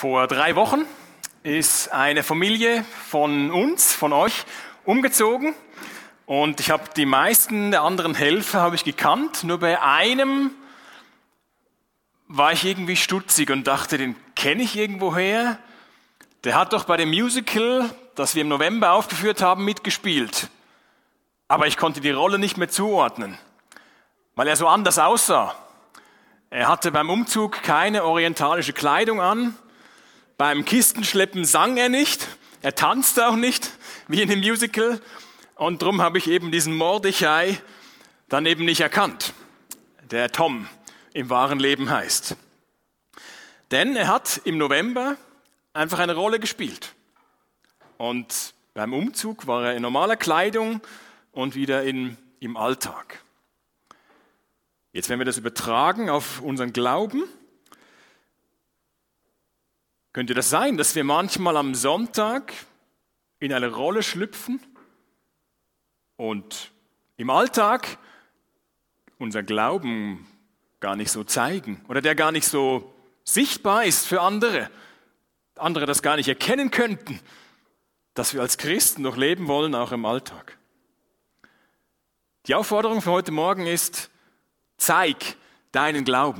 Vor 3 Wochen ist eine Familie von uns, von euch, umgezogen. Und ich habe die meisten der anderen Helfer habe ich gekannt. Nur bei einem war ich irgendwie stutzig und dachte, den kenne ich irgendwoher. Der hat doch bei dem Musical, das wir im November aufgeführt haben, mitgespielt. Aber ich konnte die Rolle nicht mehr zuordnen, weil er so anders aussah. Er hatte beim Umzug keine orientalische Kleidung an. Beim Kistenschleppen sang er nicht. Er tanzte auch nicht, wie in dem Musical. Und darum habe ich eben diesen Mordechai dann eben nicht erkannt, der Tom im wahren Leben heißt. Denn er hat im November einfach eine Rolle gespielt. Und beim Umzug war er in normaler Kleidung und wieder im Alltag. Jetzt, wenn wir das übertragen auf unseren Glauben, könnte das sein, dass wir manchmal am Sonntag in eine Rolle schlüpfen und im Alltag unser Glauben gar nicht so zeigen oder der gar nicht so sichtbar ist für andere das gar nicht erkennen könnten, dass wir als Christen doch leben wollen, auch im Alltag. Die Aufforderung für heute Morgen ist, zeig deinen Glauben.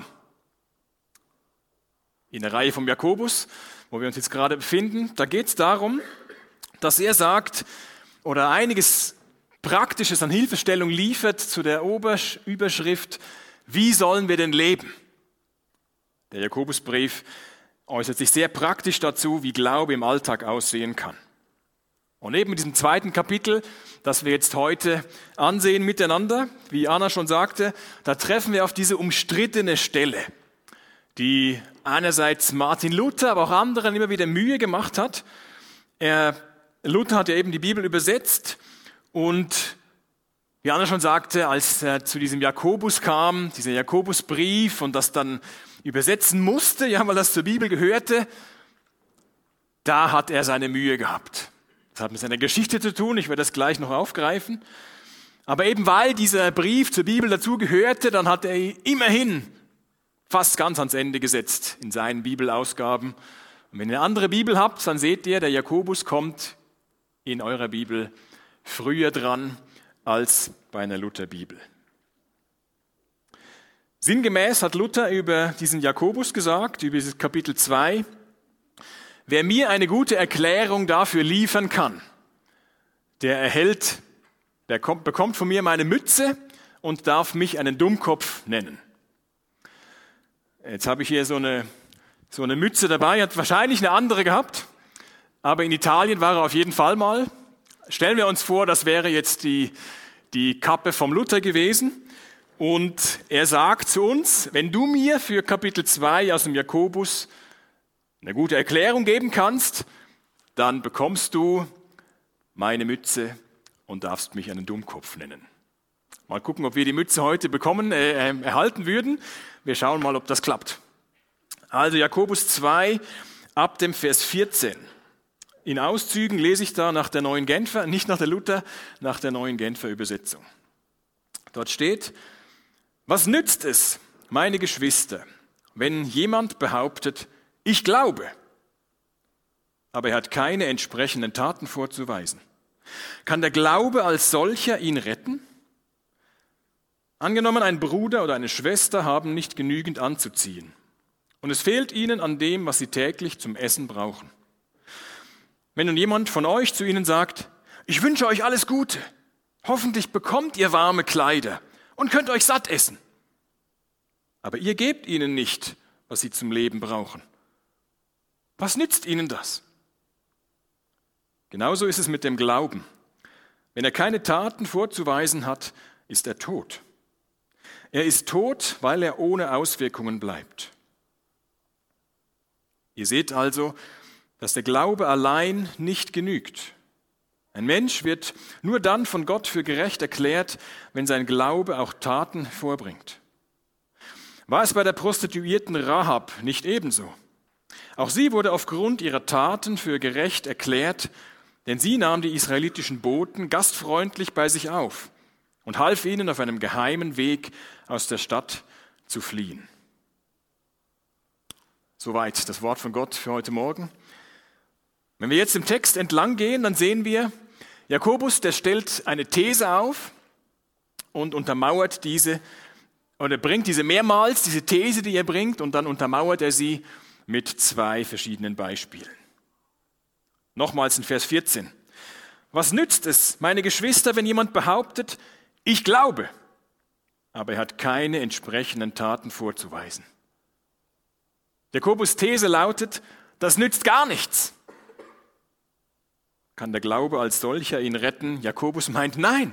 In der Reihe vom Jakobus, wo wir uns jetzt gerade befinden, da geht es darum, dass er sagt oder einiges Praktisches an Hilfestellung liefert zu der Überschrift, wie sollen wir denn leben? Der Jakobusbrief äußert sich sehr praktisch dazu, wie Glaube im Alltag aussehen kann. Und eben in diesem 2. Kapitel, das wir jetzt heute ansehen miteinander, wie Anna schon sagte, da treffen wir auf diese umstrittene Stelle, die einerseits Martin Luther, aber auch anderen immer wieder Mühe gemacht hat. Luther hat ja eben die Bibel übersetzt und wie Anna schon sagte, als er zu diesem Jakobus kam, dieser Jakobusbrief und das dann übersetzen musste, ja, weil das zur Bibel gehörte, da hat er seine Mühe gehabt. Das hat mit seiner Geschichte zu tun, ich werde das gleich noch aufgreifen. Aber eben weil dieser Brief zur Bibel dazu gehörte, dann hat er immerhin fast ganz ans Ende gesetzt in seinen Bibelausgaben. Und wenn ihr eine andere Bibel habt, dann seht ihr, der Jakobus kommt in eurer Bibel früher dran als bei einer Lutherbibel. Sinngemäß hat Luther über diesen Jakobus gesagt, über dieses Kapitel 2, wer mir eine gute Erklärung dafür liefern kann, der bekommt von mir meine Mütze und darf mich einen Dummkopf nennen. Jetzt habe ich hier so eine Mütze dabei, hat wahrscheinlich eine andere gehabt, aber in Italien war er auf jeden Fall mal. Stellen wir uns vor, das wäre jetzt die Kappe vom Luther gewesen. Und er sagt zu uns, wenn du mir für Kapitel 2 aus dem Jakobus eine gute Erklärung geben kannst, dann bekommst du meine Mütze und darfst mich einen Dummkopf nennen. Mal gucken, ob wir die Mütze heute erhalten würden. Wir schauen mal, ob das klappt. Also Jakobus 2 ab dem Vers 14. In Auszügen lese ich da nach der Neuen Genfer, nicht nach der Luther, nach der Neuen Genfer Übersetzung. Dort steht, was nützt es, meine Geschwister, wenn jemand behauptet, ich glaube, aber er hat keine entsprechenden Taten vorzuweisen? Kann der Glaube als solcher ihn retten? Angenommen, ein Bruder oder eine Schwester haben nicht genügend anzuziehen und es fehlt ihnen an dem, was sie täglich zum Essen brauchen. Wenn nun jemand von euch zu ihnen sagt, ich wünsche euch alles Gute, hoffentlich bekommt ihr warme Kleider und könnt euch satt essen. Aber ihr gebt ihnen nicht, was sie zum Leben brauchen. Was nützt ihnen das? Genauso ist es mit dem Glauben. Wenn er keine Taten vorzuweisen hat, ist er tot. Er ist tot, weil er ohne Auswirkungen bleibt. Ihr seht also, dass der Glaube allein nicht genügt. Ein Mensch wird nur dann von Gott für gerecht erklärt, wenn sein Glaube auch Taten vorbringt. War es bei der Prostituierten Rahab nicht ebenso? Auch sie wurde aufgrund ihrer Taten für gerecht erklärt, denn sie nahm die israelitischen Boten gastfreundlich bei sich auf und half ihnen auf einem geheimen Weg aus der Stadt zu fliehen. Soweit das Wort von Gott für heute Morgen. Wenn wir jetzt im Text entlang gehen, dann sehen wir, Jakobus, der stellt eine These auf und untermauert diese, oder bringt diese mehrmals, diese These, die er bringt, und dann untermauert er sie mit 2 verschiedenen Beispielen. Nochmals in Vers 14. Was nützt es, meine Geschwister, wenn jemand behauptet, ich glaube, aber er hat keine entsprechenden Taten vorzuweisen? Jakobus' These lautet, das nützt gar nichts. Kann der Glaube als solcher ihn retten? Jakobus meint, nein.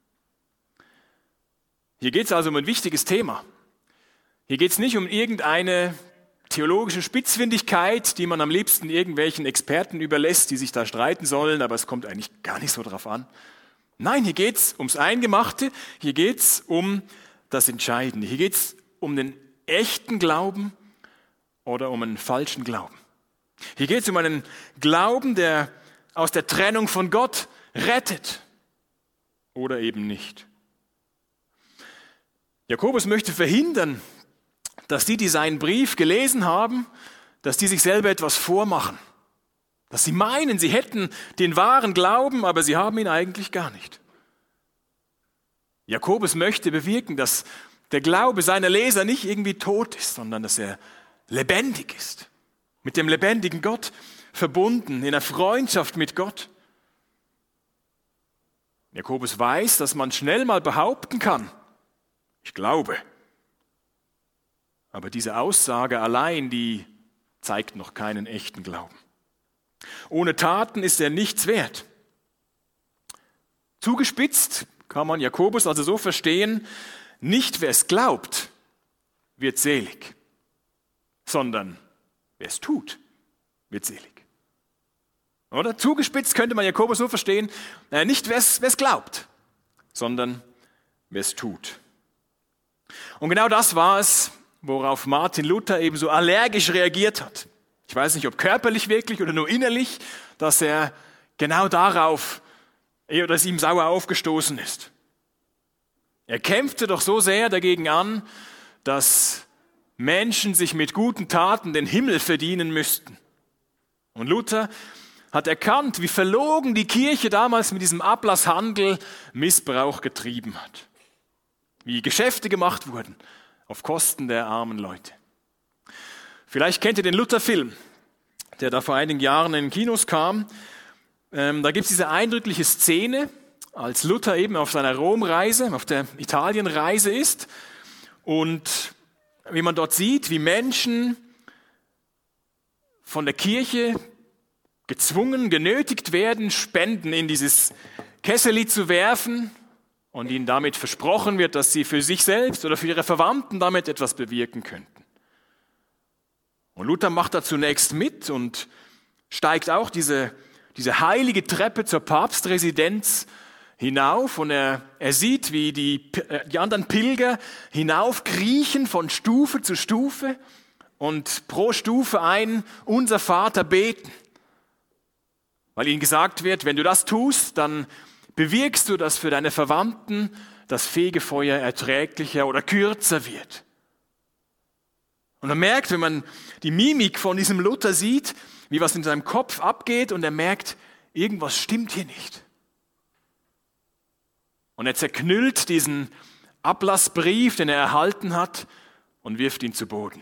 Hier geht es also um ein wichtiges Thema. Hier geht es nicht um irgendeine theologische Spitzfindigkeit, die man am liebsten irgendwelchen Experten überlässt, die sich da streiten sollen, aber es kommt eigentlich gar nicht so drauf an. Nein, hier geht es ums Eingemachte, hier geht es um das Entscheidende. Hier geht es um den echten Glauben oder um einen falschen Glauben. Hier geht es um einen Glauben, der aus der Trennung von Gott rettet oder eben nicht. Jakobus möchte verhindern, dass die seinen Brief gelesen haben, dass die sich selber etwas vormachen. Dass sie meinen, sie hätten den wahren Glauben, aber sie haben ihn eigentlich gar nicht. Jakobus möchte bewirken, dass der Glaube seiner Leser nicht irgendwie tot ist, sondern dass er lebendig ist. Mit dem lebendigen Gott verbunden, in einer Freundschaft mit Gott. Jakobus weiß, dass man schnell mal behaupten kann, ich glaube. Aber diese Aussage allein, die zeigt noch keinen echten Glauben. Ohne Taten ist er nichts wert. Zugespitzt kann man Jakobus also so verstehen, nicht wer es glaubt, wird selig, sondern wer es tut, wird selig. Oder? Zugespitzt könnte man Jakobus so verstehen, nicht wer es glaubt, sondern wer es tut. Und genau das war es, worauf Martin Luther eben so allergisch reagiert hat. Ich weiß nicht, ob körperlich wirklich oder nur innerlich, dass er genau darauf, dass ihm sauer aufgestoßen ist. Er kämpfte doch so sehr dagegen an, dass Menschen sich mit guten Taten den Himmel verdienen müssten. Und Luther hat erkannt, wie verlogen die Kirche damals mit diesem Ablasshandel Missbrauch getrieben hat. Wie Geschäfte gemacht wurden auf Kosten der armen Leute. Vielleicht kennt ihr den Luther-Film, der da vor einigen Jahren in den Kinos kam. Da gibt es diese eindrückliche Szene, als Luther eben auf seiner Romreise, auf der Italienreise ist und wie man dort sieht, wie Menschen von der Kirche gezwungen, genötigt werden, Spenden in dieses Kesseli zu werfen und ihnen damit versprochen wird, dass sie für sich selbst oder für ihre Verwandten damit etwas bewirken könnten. Und Luther macht da zunächst mit und steigt auch diese heilige Treppe zur Papstresidenz hinauf und er sieht, wie die anderen Pilger hinaufkriechen von Stufe zu Stufe und pro Stufe ein Unser Vater beten. Weil ihnen gesagt wird, wenn du das tust, dann bewirkst du, dass für deine Verwandten das Fegefeuer erträglicher oder kürzer wird. Und man merkt, wenn man die Mimik von diesem Luther sieht, wie was in seinem Kopf abgeht und er merkt, irgendwas stimmt hier nicht. Und er zerknüllt diesen Ablassbrief, den er erhalten hat, und wirft ihn zu Boden.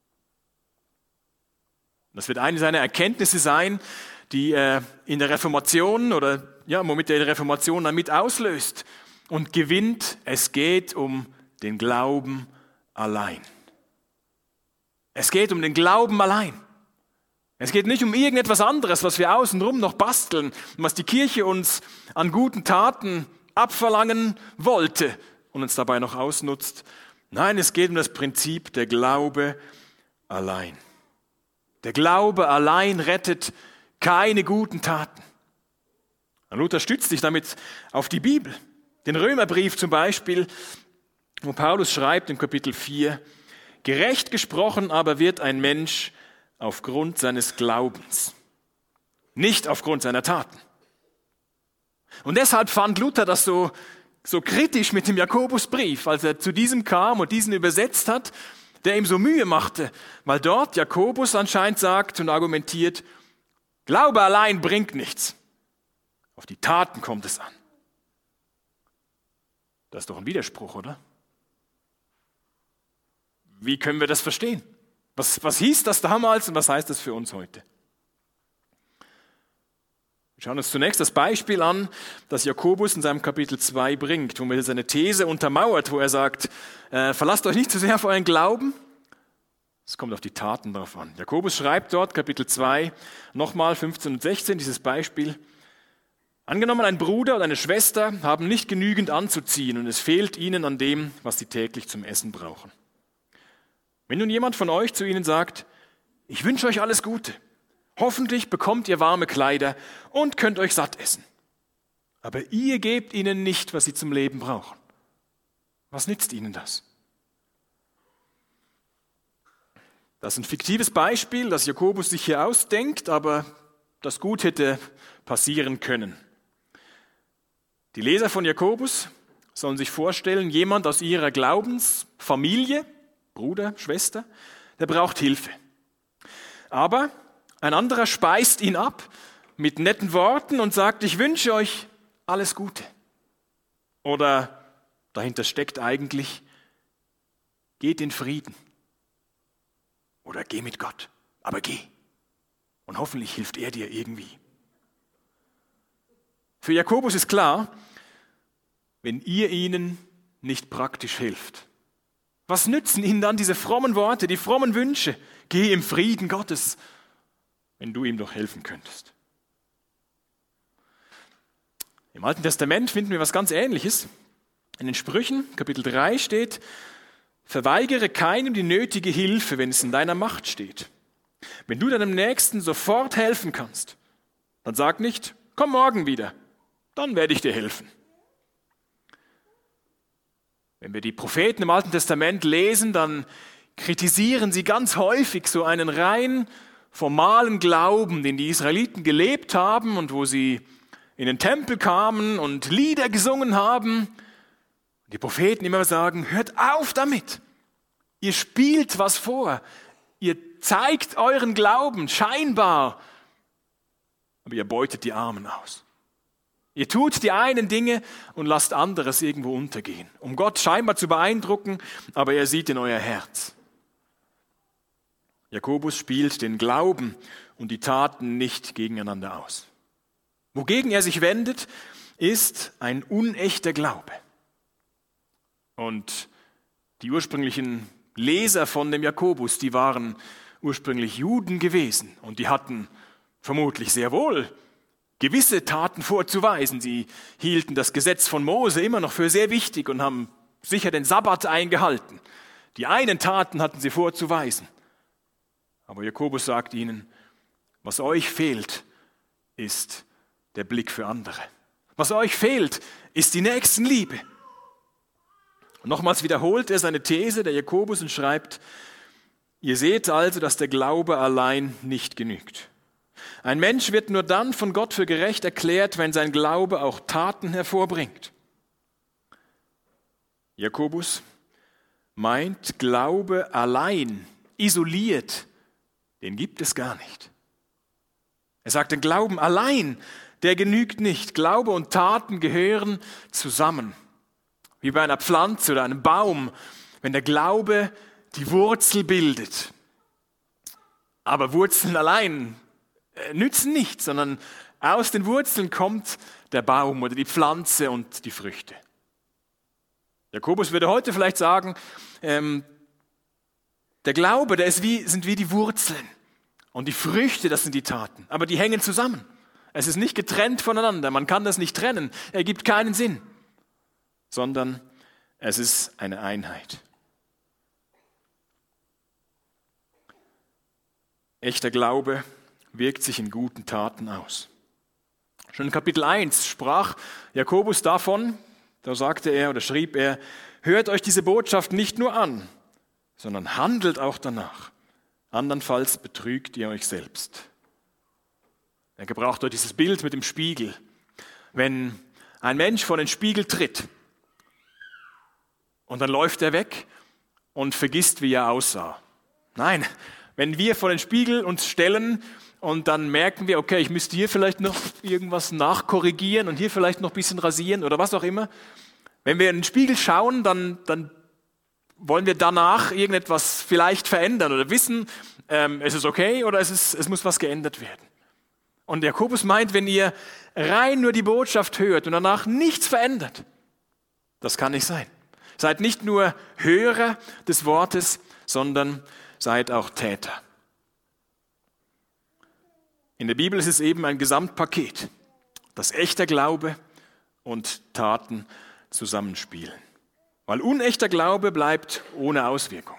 Das wird eine seiner Erkenntnisse sein, die er in der Reformation oder womit er die Reformation dann mit auslöst und gewinnt. Es geht um den Glauben allein. Es geht um den Glauben allein. Es geht nicht um irgendetwas anderes, was wir außenrum noch basteln, was die Kirche uns an guten Taten abverlangen wollte und uns dabei noch ausnutzt. Nein, es geht um das Prinzip der Glaube allein. Der Glaube allein rettet keine guten Taten. Und Luther stützt sich damit auf die Bibel. Den Römerbrief zum Beispiel, wo Paulus schreibt im Kapitel 4, gerecht gesprochen aber wird ein Mensch aufgrund seines Glaubens, nicht aufgrund seiner Taten. Und deshalb fand Luther das so kritisch mit dem Jakobusbrief, als er zu diesem kam und diesen übersetzt hat, der ihm so Mühe machte, weil dort Jakobus anscheinend sagt und argumentiert, Glaube allein bringt nichts. Auf die Taten kommt es an. Das ist doch ein Widerspruch, oder? Wie können wir das verstehen? Was hieß das damals und was heißt das für uns heute? Wir schauen uns zunächst das Beispiel an, das Jakobus in seinem Kapitel 2 bringt, wo er seine These untermauert, wo er sagt, verlasst euch nicht zu sehr auf euren Glauben, es kommt auf die Taten drauf an. Jakobus schreibt dort, Kapitel 2, nochmal 15 und 16, dieses Beispiel. Angenommen, ein Bruder oder eine Schwester haben nicht genügend anzuziehen und es fehlt ihnen an dem, was sie täglich zum Essen brauchen. Wenn nun jemand von euch zu ihnen sagt, ich wünsche euch alles Gute, hoffentlich bekommt ihr warme Kleider und könnt euch satt essen. Aber ihr gebt ihnen nicht, was sie zum Leben brauchen. Was nützt ihnen das? Das ist ein fiktives Beispiel, das Jakobus sich hier ausdenkt, aber das gut hätte passieren können. Die Leser von Jakobus sollen sich vorstellen, jemand aus ihrer Glaubensfamilie, Bruder, Schwester, der braucht Hilfe. Aber ein anderer speist ihn ab mit netten Worten und sagt, ich wünsche euch alles Gute. Oder dahinter steckt eigentlich, geht in Frieden. Oder geh mit Gott, aber geh. Und hoffentlich hilft er dir irgendwie. Für Jakobus ist klar, wenn ihr ihnen nicht praktisch hilft, was nützen ihnen dann diese frommen Worte, die frommen Wünsche? Geh im Frieden Gottes, wenn du ihm doch helfen könntest. Im Alten Testament finden wir was ganz Ähnliches. In den Sprüchen, Kapitel 3 steht, verweigere keinem die nötige Hilfe, wenn es in deiner Macht steht. Wenn du deinem Nächsten sofort helfen kannst, dann sag nicht, komm morgen wieder, dann werde ich dir helfen. Wenn wir die Propheten im Alten Testament lesen, dann kritisieren sie ganz häufig so einen rein formalen Glauben, den die Israeliten gelebt haben und wo sie in den Tempel kamen und Lieder gesungen haben. Die Propheten immer sagen, hört auf damit. Ihr spielt was vor. Ihr zeigt euren Glauben scheinbar, aber ihr beutet die Armen aus. Ihr tut die einen Dinge und lasst anderes irgendwo untergehen, um Gott scheinbar zu beeindrucken, aber er sieht in euer Herz. Jakobus spielt den Glauben und die Taten nicht gegeneinander aus. Wogegen er sich wendet, ist ein unechter Glaube. Und die ursprünglichen Leser von dem Jakobus, die waren ursprünglich Juden gewesen und die hatten vermutlich sehr wohl gewisse Taten vorzuweisen. Sie hielten das Gesetz von Mose immer noch für sehr wichtig und haben sicher den Sabbat eingehalten. Die einen Taten hatten sie vorzuweisen. Aber Jakobus sagt ihnen, was euch fehlt, ist der Blick für andere. Was euch fehlt, ist die Nächstenliebe. Und nochmals wiederholt er seine These, der Jakobus, und schreibt, ihr seht also, dass der Glaube allein nicht genügt. Ein Mensch wird nur dann von Gott für gerecht erklärt, wenn sein Glaube auch Taten hervorbringt. Jakobus meint, Glaube allein, isoliert, den gibt es gar nicht. Er sagt, den Glauben allein, der genügt nicht. Glaube und Taten gehören zusammen. Wie bei einer Pflanze oder einem Baum, wenn der Glaube die Wurzel bildet. Aber Wurzeln allein nützen nichts, sondern aus den Wurzeln kommt der Baum oder die Pflanze und die Früchte. Jakobus würde heute vielleicht sagen, der Glaube, sind wie die Wurzeln und die Früchte, das sind die Taten. Aber die hängen zusammen. Es ist nicht getrennt voneinander, man kann das nicht trennen, ergibt keinen Sinn. Sondern es ist eine Einheit. Echter Glaube wirkt sich in guten Taten aus. Schon in Kapitel 1 sprach Jakobus davon, da sagte er oder schrieb er, hört euch diese Botschaft nicht nur an, sondern handelt auch danach. Andernfalls betrügt ihr euch selbst. Er gebraucht dort dieses Bild mit dem Spiegel. Wenn ein Mensch vor den Spiegel tritt und dann läuft er weg und vergisst, wie er aussah. Nein, wenn wir vor den Spiegel uns stellen und dann merken wir, okay, ich müsste hier vielleicht noch irgendwas nachkorrigieren und hier vielleicht noch ein bisschen rasieren oder was auch immer. Wenn wir in den Spiegel schauen, dann wollen wir danach irgendetwas vielleicht verändern oder wissen, es ist okay oder es muss was geändert werden. Und Jakobus meint, wenn ihr rein nur die Botschaft hört und danach nichts verändert, das kann nicht sein. Seid nicht nur Hörer des Wortes, sondern seid auch Täter. In der Bibel ist es eben ein Gesamtpaket, das echter Glaube und Taten zusammenspielen. Weil unechter Glaube bleibt ohne Auswirkungen.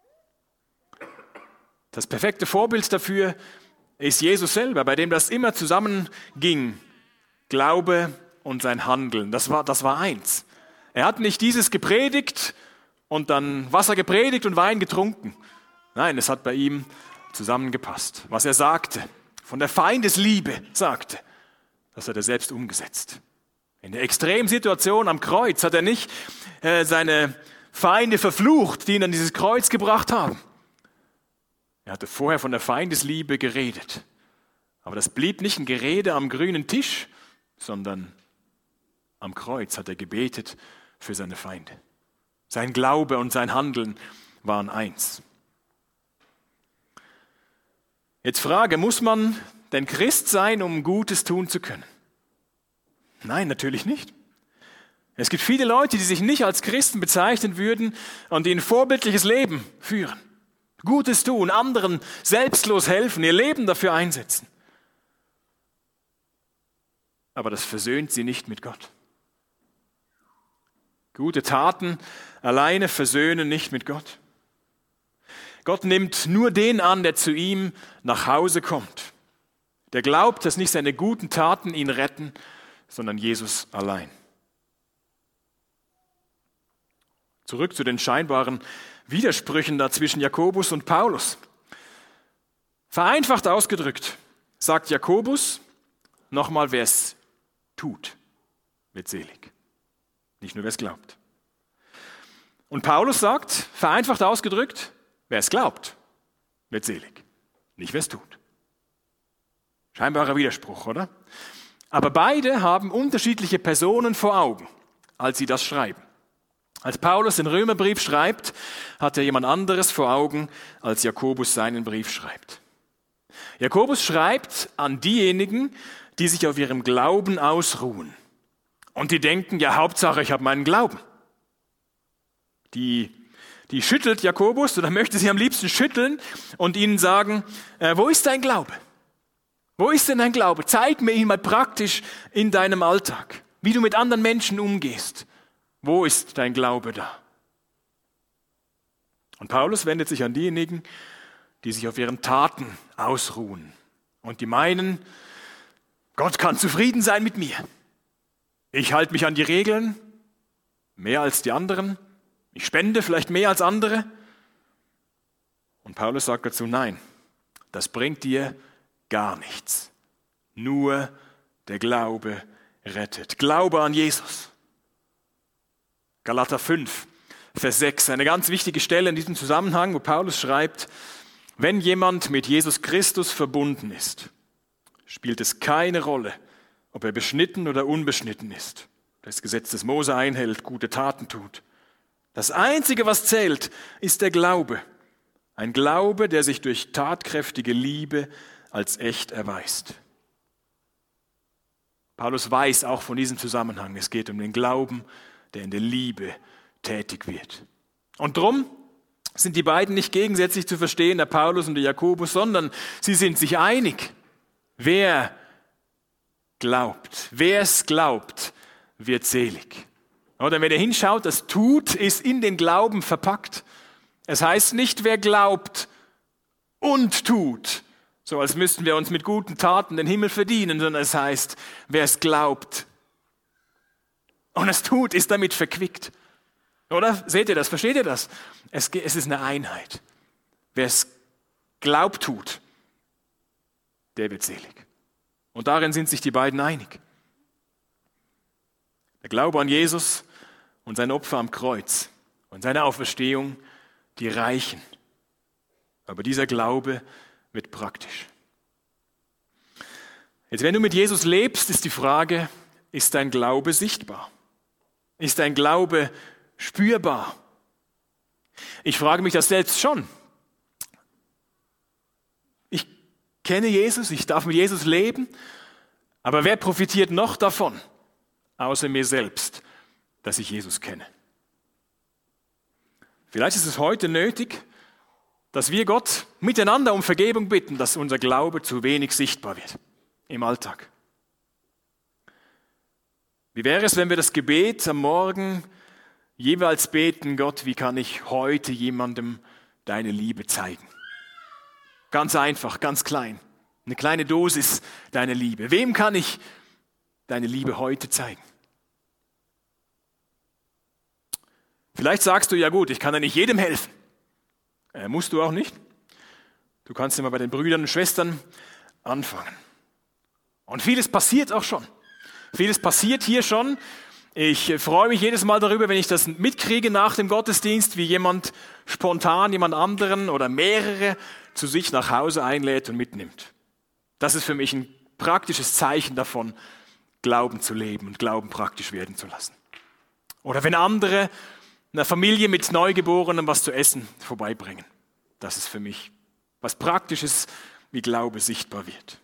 Das perfekte Vorbild dafür ist Jesus selber, bei dem das immer zusammenging. Glaube und sein Handeln, das war eins. Er hat nicht dieses gepredigt und dann Wasser gepredigt und Wein getrunken. Nein, es hat bei ihm zusammengepasst. Was er sagte, von der Feindesliebe sagte, das hat er selbst umgesetzt. In der Extremsituation am Kreuz hat er nicht seine Feinde verflucht, die ihn an dieses Kreuz gebracht haben. Er hatte vorher von der Feindesliebe geredet. Aber das blieb nicht ein Gerede am grünen Tisch, sondern am Kreuz hat er gebetet für seine Feinde. Sein Glaube und sein Handeln waren eins. Jetzt Frage, muss man denn Christ sein, um Gutes tun zu können? Nein, natürlich nicht. Es gibt viele Leute, die sich nicht als Christen bezeichnen würden und die ein vorbildliches Leben führen. Gutes tun, anderen selbstlos helfen, ihr Leben dafür einsetzen. Aber das versöhnt sie nicht mit Gott. Gute Taten alleine versöhnen nicht mit Gott. Gott nimmt nur den an, der zu ihm nach Hause kommt. Der glaubt, dass nicht seine guten Taten ihn retten, sondern Jesus allein. Zurück zu den scheinbaren Widersprüchen da zwischen Jakobus und Paulus. Vereinfacht ausgedrückt, sagt Jakobus, nochmal, wer es tut, wird selig. Nicht nur, wer es glaubt. Und Paulus sagt, vereinfacht ausgedrückt, wer es glaubt, wird selig. Nicht, wer es tut. Scheinbarer Widerspruch, oder? Aber beide haben unterschiedliche Personen vor Augen, als sie das schreiben. Als Paulus den Römerbrief schreibt, hat er jemand anderes vor Augen, als Jakobus seinen Brief schreibt. Jakobus schreibt an diejenigen, die sich auf ihrem Glauben ausruhen. Und die denken, ja, Hauptsache, ich habe meinen Glauben. Die schüttelt Jakobus oder möchte sie am liebsten schütteln und ihnen sagen, wo ist dein Glaube? Wo ist denn dein Glaube? Zeig mir ihn mal praktisch in deinem Alltag, wie du mit anderen Menschen umgehst. Wo ist dein Glaube da? Und Paulus wendet sich an diejenigen, die sich auf ihren Taten ausruhen und die meinen, Gott kann zufrieden sein mit mir. Ich halte mich an die Regeln, mehr als die anderen. Ich spende vielleicht mehr als andere. Und Paulus sagt dazu, nein, das bringt dir gar nichts. Nur der Glaube rettet. Glaube an Jesus. Galater 5, Vers 6, eine ganz wichtige Stelle in diesem Zusammenhang, wo Paulus schreibt, wenn jemand mit Jesus Christus verbunden ist, spielt es keine Rolle, ob er beschnitten oder unbeschnitten ist, das Gesetz des Mose einhält, gute Taten tut. Das Einzige, was zählt, ist der Glaube. Ein Glaube, der sich durch tatkräftige Liebe als echt erweist. Paulus weiß auch von diesem Zusammenhang, es geht um den Glauben, der in der Liebe tätig wird. Und drum sind die beiden nicht gegensätzlich zu verstehen, der Paulus und der Jakobus, sondern sie sind sich einig. Wer es glaubt, wird selig. Oder wenn ihr hinschaut, das Tut ist in den Glauben verpackt. Es heißt nicht, wer glaubt und tut, so als müssten wir uns mit guten Taten den Himmel verdienen, sondern es heißt, wer es glaubt und es tut, ist damit verquickt. Oder? Seht ihr das? Versteht ihr das? Es ist eine Einheit. Wer es glaubt, tut, der wird selig. Und darin sind sich die beiden einig. Der Glaube an Jesus und sein Opfer am Kreuz und seine Auferstehung die Reichen. Aber dieser Glaube wird praktisch. Jetzt, wenn du mit Jesus lebst, ist die Frage, ist dein Glaube sichtbar? Ist dein Glaube spürbar? Ich frage mich das selbst schon. Ich kenne Jesus, ich darf mit Jesus leben, aber wer profitiert noch davon, außer mir selbst, dass ich Jesus kenne? Vielleicht ist es heute nötig, dass wir Gott miteinander um Vergebung bitten, dass unser Glaube zu wenig sichtbar wird im Alltag. Wie wäre es, wenn wir das Gebet am Morgen jeweils beten, Gott, wie kann ich heute jemandem deine Liebe zeigen? Ganz einfach, ganz klein. Eine kleine Dosis deiner Liebe. Wem kann ich deine Liebe heute zeigen? Vielleicht sagst du, ja gut, ich kann ja nicht jedem helfen. Musst du auch nicht. Du kannst immer bei den Brüdern und Schwestern anfangen. Und vieles passiert auch schon. Vieles passiert hier schon. Ich freue mich jedes Mal darüber, wenn ich das mitkriege nach dem Gottesdienst, wie jemand spontan jemand anderen oder mehrere zu sich nach Hause einlädt und mitnimmt. Das ist für mich ein praktisches Zeichen davon, Glauben zu leben und Glauben praktisch werden zu lassen. Oder wenn andere einer Familie mit Neugeborenem was zu essen vorbeibringen. Das ist für mich was Praktisches, wie Glaube sichtbar wird.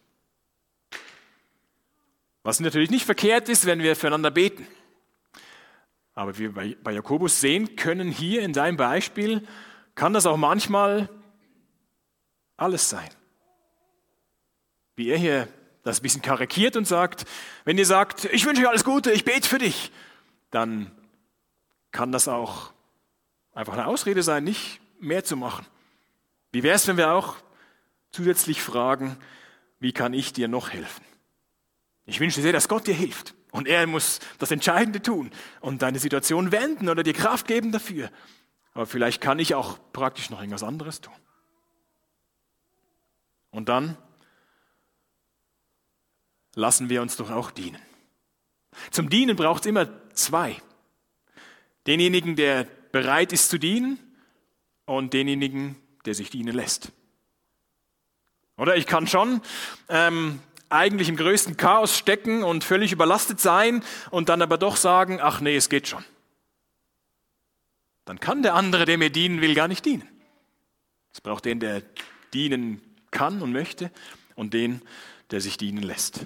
Was natürlich nicht verkehrt ist, wenn wir füreinander beten. Aber wie wir bei Jakobus sehen können, hier in seinem Beispiel, kann das auch manchmal alles sein. Wie er hier das ein bisschen karikiert und sagt, wenn ihr sagt, ich wünsche euch alles Gute, ich bete für dich, dann kann das auch einfach eine Ausrede sein, nicht mehr zu machen. Wie wäre es, wenn wir auch zusätzlich fragen, wie kann ich dir noch helfen? Ich wünsche dir sehr, dass Gott dir hilft. Und er muss das Entscheidende tun und deine Situation wenden oder dir Kraft geben dafür. Aber vielleicht kann ich auch praktisch noch irgendwas anderes tun. Und dann lassen wir uns doch auch dienen. Zum Dienen braucht es immer zwei. Denjenigen, der bereit ist zu dienen und denjenigen, der sich dienen lässt. Oder ich kann schon eigentlich im größten Chaos stecken und völlig überlastet sein und dann aber doch sagen, ach nee, es geht schon. Dann kann der andere, der mir dienen will, gar nicht dienen. Es braucht den, der dienen kann und möchte und den, der sich dienen lässt.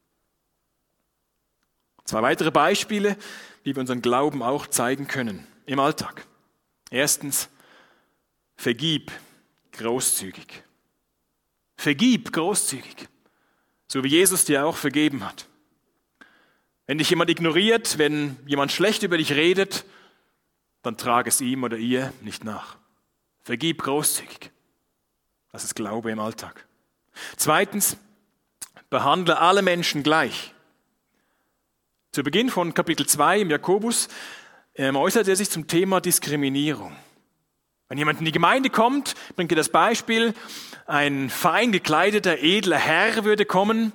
Zwei weitere Beispiele, wie wir unseren Glauben auch zeigen können im Alltag. Erstens, vergib großzügig. Vergib großzügig, so wie Jesus dir auch vergeben hat. Wenn dich jemand ignoriert, wenn jemand schlecht über dich redet, dann trage es ihm oder ihr nicht nach. Vergib großzügig. Das ist Glaube im Alltag. Zweitens, behandle alle Menschen gleich. Zu Beginn von Kapitel 2 im Jakobus äußert er sich zum Thema Diskriminierung. Wenn jemand in die Gemeinde kommt, bringt er das Beispiel, ein fein gekleideter, edler Herr würde kommen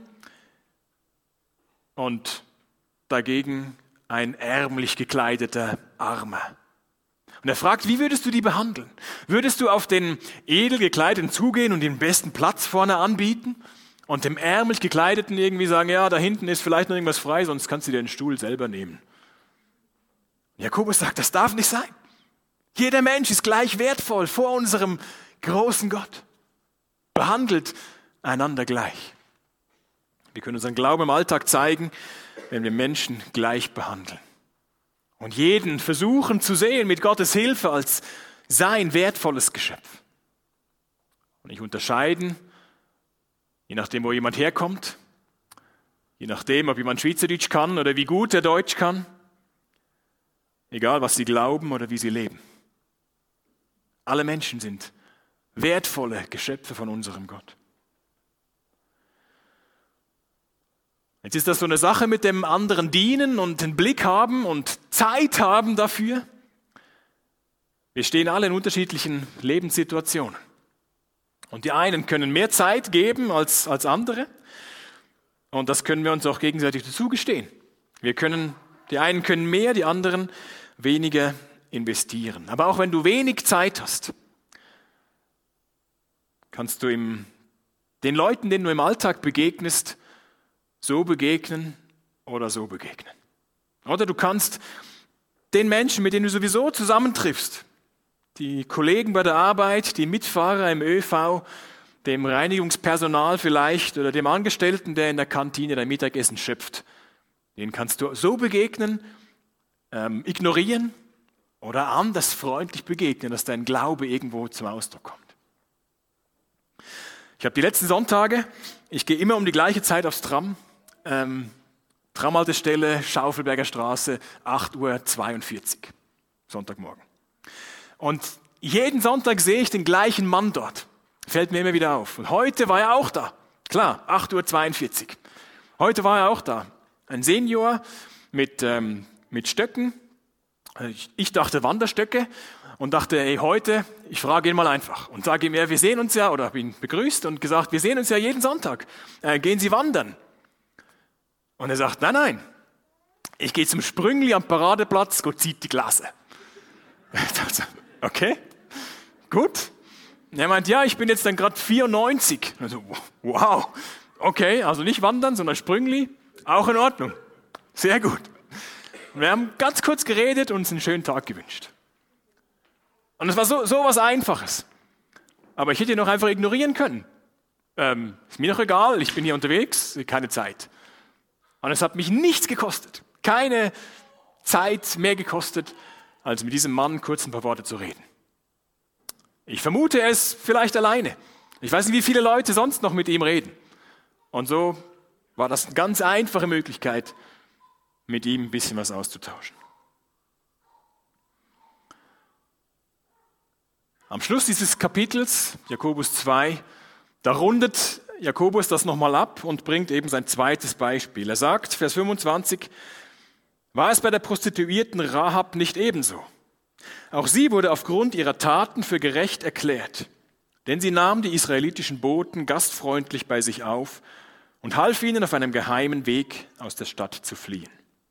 und dagegen ein ärmlich gekleideter Armer. Und er fragt, wie würdest du die behandeln? Würdest du auf den edel gekleideten zugehen und den besten Platz vorne anbieten und dem ärmlich gekleideten irgendwie sagen, ja, da hinten ist vielleicht noch irgendwas frei, sonst kannst du dir den Stuhl selber nehmen? Jakobus sagt, das darf nicht sein. Jeder Mensch ist gleich wertvoll vor unserem großen Gott. Behandelt einander gleich. Wir können unseren Glauben im Alltag zeigen, wenn wir Menschen gleich behandeln. Und jeden versuchen zu sehen mit Gottes Hilfe als sein wertvolles Geschöpf. Und nicht unterscheiden, je nachdem, wo jemand herkommt, je nachdem, ob jemand Schweizerdeutsch kann oder wie gut er Deutsch kann, egal was sie glauben oder wie sie leben. Alle Menschen sind wertvolle Geschöpfe von unserem Gott. Jetzt ist das so eine Sache mit dem anderen dienen und den Blick haben und Zeit haben dafür. Wir stehen alle in unterschiedlichen Lebenssituationen. Und die einen können mehr Zeit geben als andere. Und das können wir uns auch gegenseitig zugestehen. Die einen können mehr, die anderen weniger investieren. Aber auch wenn du wenig Zeit hast, kannst du den Leuten, denen du im Alltag begegnest, so begegnen oder so begegnen. Oder du kannst den Menschen, mit denen du sowieso zusammentriffst, die Kollegen bei der Arbeit, die Mitfahrer im ÖV, dem Reinigungspersonal vielleicht oder dem Angestellten, der in der Kantine dein Mittagessen schöpft, denen kannst du so begegnen, ignorieren oder anders freundlich begegnen, dass dein Glaube irgendwo zum Ausdruck kommt. Ich habe die letzten Sonntage, ich gehe immer um die gleiche Zeit aufs Tram, Tramhaltestelle, Schaufelberger Straße, 8:42 Uhr, Sonntagmorgen. Und jeden Sonntag sehe ich den gleichen Mann dort. Fällt mir immer wieder auf. Und heute war er auch da. Klar, 8:42 Uhr. Heute war er auch da. Ein Senior mit Stöcken. Ich dachte Wanderstöcke und dachte, hey, heute, ich frage ihn mal einfach. Und sage ihm, ja, wir sehen uns ja, oder habe ihn begrüßt und gesagt, wir sehen uns ja jeden Sonntag. Gehen Sie wandern? Und er sagt, nein, ich gehe zum Sprüngli am Paradeplatz, Gott zieht die Klasse. Ich dachte, okay, gut. Und er meint, ja, ich bin jetzt dann gerade 94. Also, wow, okay, also nicht wandern, sondern Sprüngli, auch in Ordnung. Sehr gut. Und wir haben ganz kurz geredet und uns einen schönen Tag gewünscht. Und es war so was Einfaches. Aber ich hätte ihn auch einfach ignorieren können. Ist mir doch egal, ich bin hier unterwegs, keine Zeit. Und es hat mich nichts gekostet, keine Zeit mehr gekostet, als mit diesem Mann kurz ein paar Worte zu reden. Ich vermute, er ist vielleicht alleine. Ich weiß nicht, wie viele Leute sonst noch mit ihm reden. Und so war das eine ganz einfache Möglichkeit, mit ihm ein bisschen was auszutauschen. Am Schluss dieses Kapitels, Jakobus 2, da rundet Jakobus das nochmal ab und bringt eben sein zweites Beispiel. Er sagt, Vers 25, war es bei der Prostituierten Rahab nicht ebenso? Auch sie wurde aufgrund ihrer Taten für gerecht erklärt, denn sie nahm die israelitischen Boten gastfreundlich bei sich auf und half ihnen auf einem geheimen Weg aus der Stadt zu fliehen.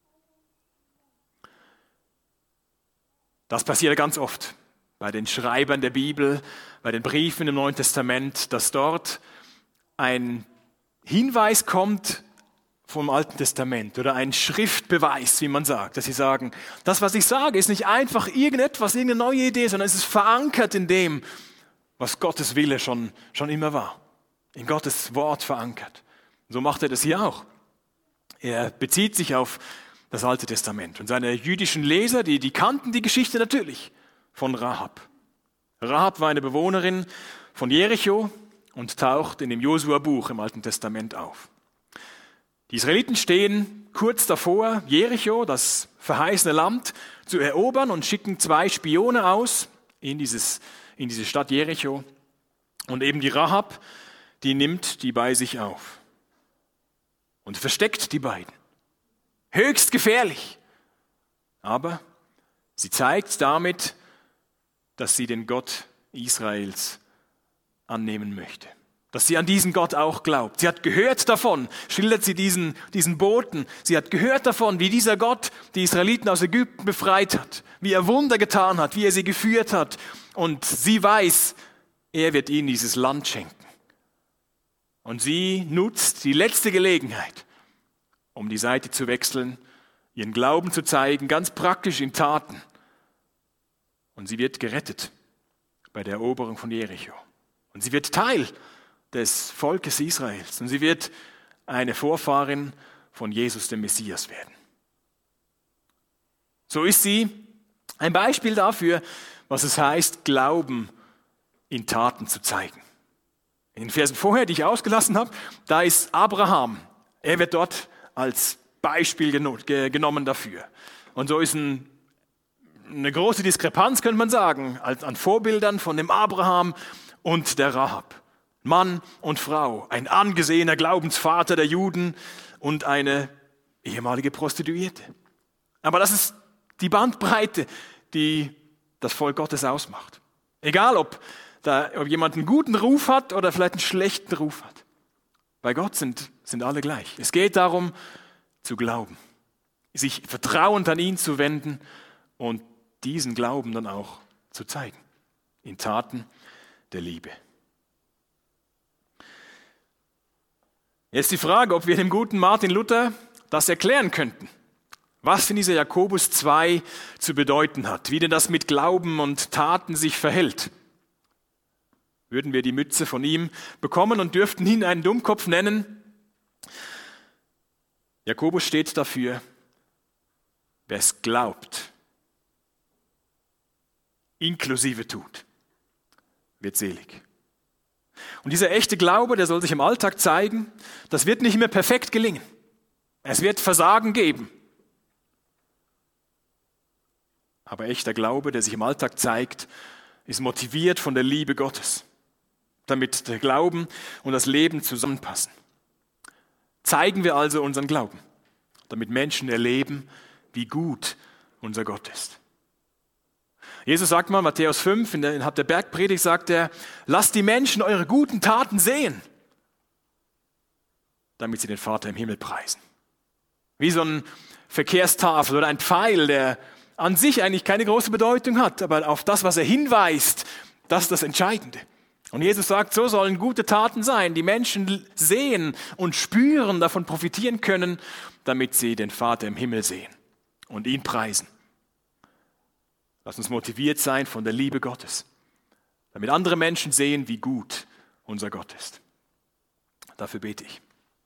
Das passiert ganz oft bei den Schreibern der Bibel, bei den Briefen im Neuen Testament, dass dort ein Hinweis kommt vom Alten Testament oder ein Schriftbeweis, wie man sagt, dass sie sagen, das, was ich sage, ist nicht einfach irgendetwas, irgendeine neue Idee, sondern es ist verankert in dem, was Gottes Wille schon immer war. In Gottes Wort verankert. So macht er das hier auch. Er bezieht sich auf das Alte Testament. Und seine jüdischen Leser, die kannten die Geschichte natürlich von Rahab. Rahab war eine Bewohnerin von Jericho und taucht in dem Josua-Buch im Alten Testament auf. Die Israeliten stehen kurz davor, Jericho, das verheißene Land, zu erobern und schicken 2 Spione aus in diese Stadt Jericho. Und eben die Rahab, die nimmt die bei sich auf und versteckt die beiden. Höchst gefährlich. Aber sie zeigt damit, dass sie den Gott Israels annehmen möchte. Dass sie an diesen Gott auch glaubt. Sie hat gehört davon, schildert sie diesen Boten, sie hat gehört davon, wie dieser Gott die Israeliten aus Ägypten befreit hat, wie er Wunder getan hat, wie er sie geführt hat. Und sie weiß, er wird ihnen dieses Land schenken. Und sie nutzt die letzte Gelegenheit, um die Seite zu wechseln, ihren Glauben zu zeigen, ganz praktisch in Taten. Und sie wird gerettet bei der Eroberung von Jericho. Und sie wird Teil des Volkes Israels. Und sie wird eine Vorfahrin von Jesus, dem Messias, werden. So ist sie ein Beispiel dafür, was es heißt, Glauben in Taten zu zeigen. In den Versen vorher, die ich ausgelassen habe, da ist Abraham. Er wird dort als Beispiel genommen dafür. Und so ist eine große Diskrepanz, könnte man sagen, an Vorbildern von dem Abraham und der Rahab. Mann und Frau, ein angesehener Glaubensvater der Juden und eine ehemalige Prostituierte. Aber das ist die Bandbreite, die das Volk Gottes ausmacht. Egal, ob jemand einen guten Ruf hat oder vielleicht einen schlechten Ruf hat. Bei Gott sind alle gleich. Es geht darum, zu glauben, sich vertrauend an ihn zu wenden und diesen Glauben dann auch zu zeigen, in Taten der Liebe. Jetzt die Frage, ob wir dem guten Martin Luther das erklären könnten, was denn dieser Jakobus 2 zu bedeuten hat, wie denn das mit Glauben und Taten sich verhält. Würden wir die Mütze von ihm bekommen und dürften ihn einen Dummkopf nennen? Jakobus steht dafür, wer es glaubt, inklusive tut, wird selig. Und dieser echte Glaube, der soll sich im Alltag zeigen, das wird nicht immer perfekt gelingen. Es wird Versagen geben. Aber echter Glaube, der sich im Alltag zeigt, ist motiviert von der Liebe Gottes, damit der Glauben und das Leben zusammenpassen. Zeigen wir also unseren Glauben, damit Menschen erleben, wie gut unser Gott ist. Jesus sagt mal, Matthäus 5, innerhalb der Bergpredigt sagt er, lasst die Menschen eure guten Taten sehen, damit sie den Vater im Himmel preisen. Wie so ein Verkehrstafel oder ein Pfeil, der an sich eigentlich keine große Bedeutung hat, aber auf das, was er hinweist, das ist das Entscheidende. Und Jesus sagt, so sollen gute Taten sein, die Menschen sehen und spüren, davon profitieren können, damit sie den Vater im Himmel sehen und ihn preisen. Lass uns motiviert sein von der Liebe Gottes, damit andere Menschen sehen, wie gut unser Gott ist. Dafür bete ich.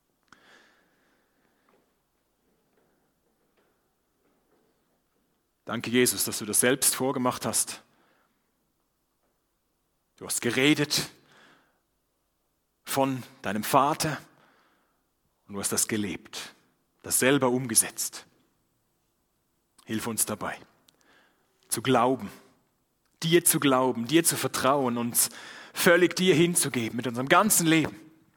Danke, Jesus, dass du das selbst vorgemacht hast. Du hast geredet von deinem Vater und du hast das gelebt, das selber umgesetzt. Hilf uns dabei, zu glauben, dir zu vertrauen, uns völlig dir hinzugeben mit unserem ganzen Leben.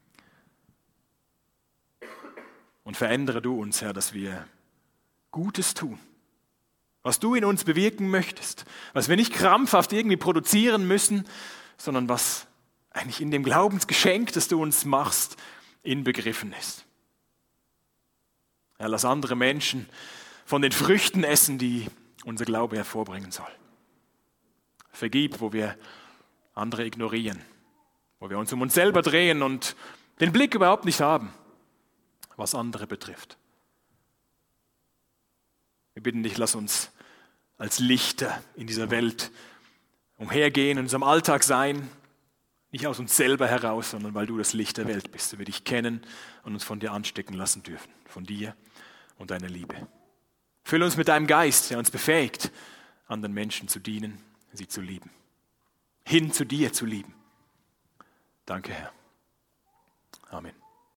Und verändere du uns, Herr, dass wir Gutes tun, was du in uns bewirken möchtest, was wir nicht krampfhaft irgendwie produzieren müssen, sondern was eigentlich in dem Glaubensgeschenk, das du uns machst, inbegriffen ist. Herr, lass andere Menschen von den Früchten essen, die unser Glaube hervorbringen soll. Vergib, wo wir andere ignorieren, wo wir uns um uns selber drehen und den Blick überhaupt nicht haben, was andere betrifft. Wir bitten dich, lass uns als Lichter in dieser Welt umhergehen, in unserem Alltag sein, nicht aus uns selber heraus, sondern weil du das Licht der Welt bist, wir dich kennen und uns von dir anstecken lassen dürfen, von dir und deiner Liebe. Fülle uns mit deinem Geist, der uns befähigt, anderen Menschen zu dienen, sie zu lieben, hin zu dir zu lieben. Danke, Herr. Amen.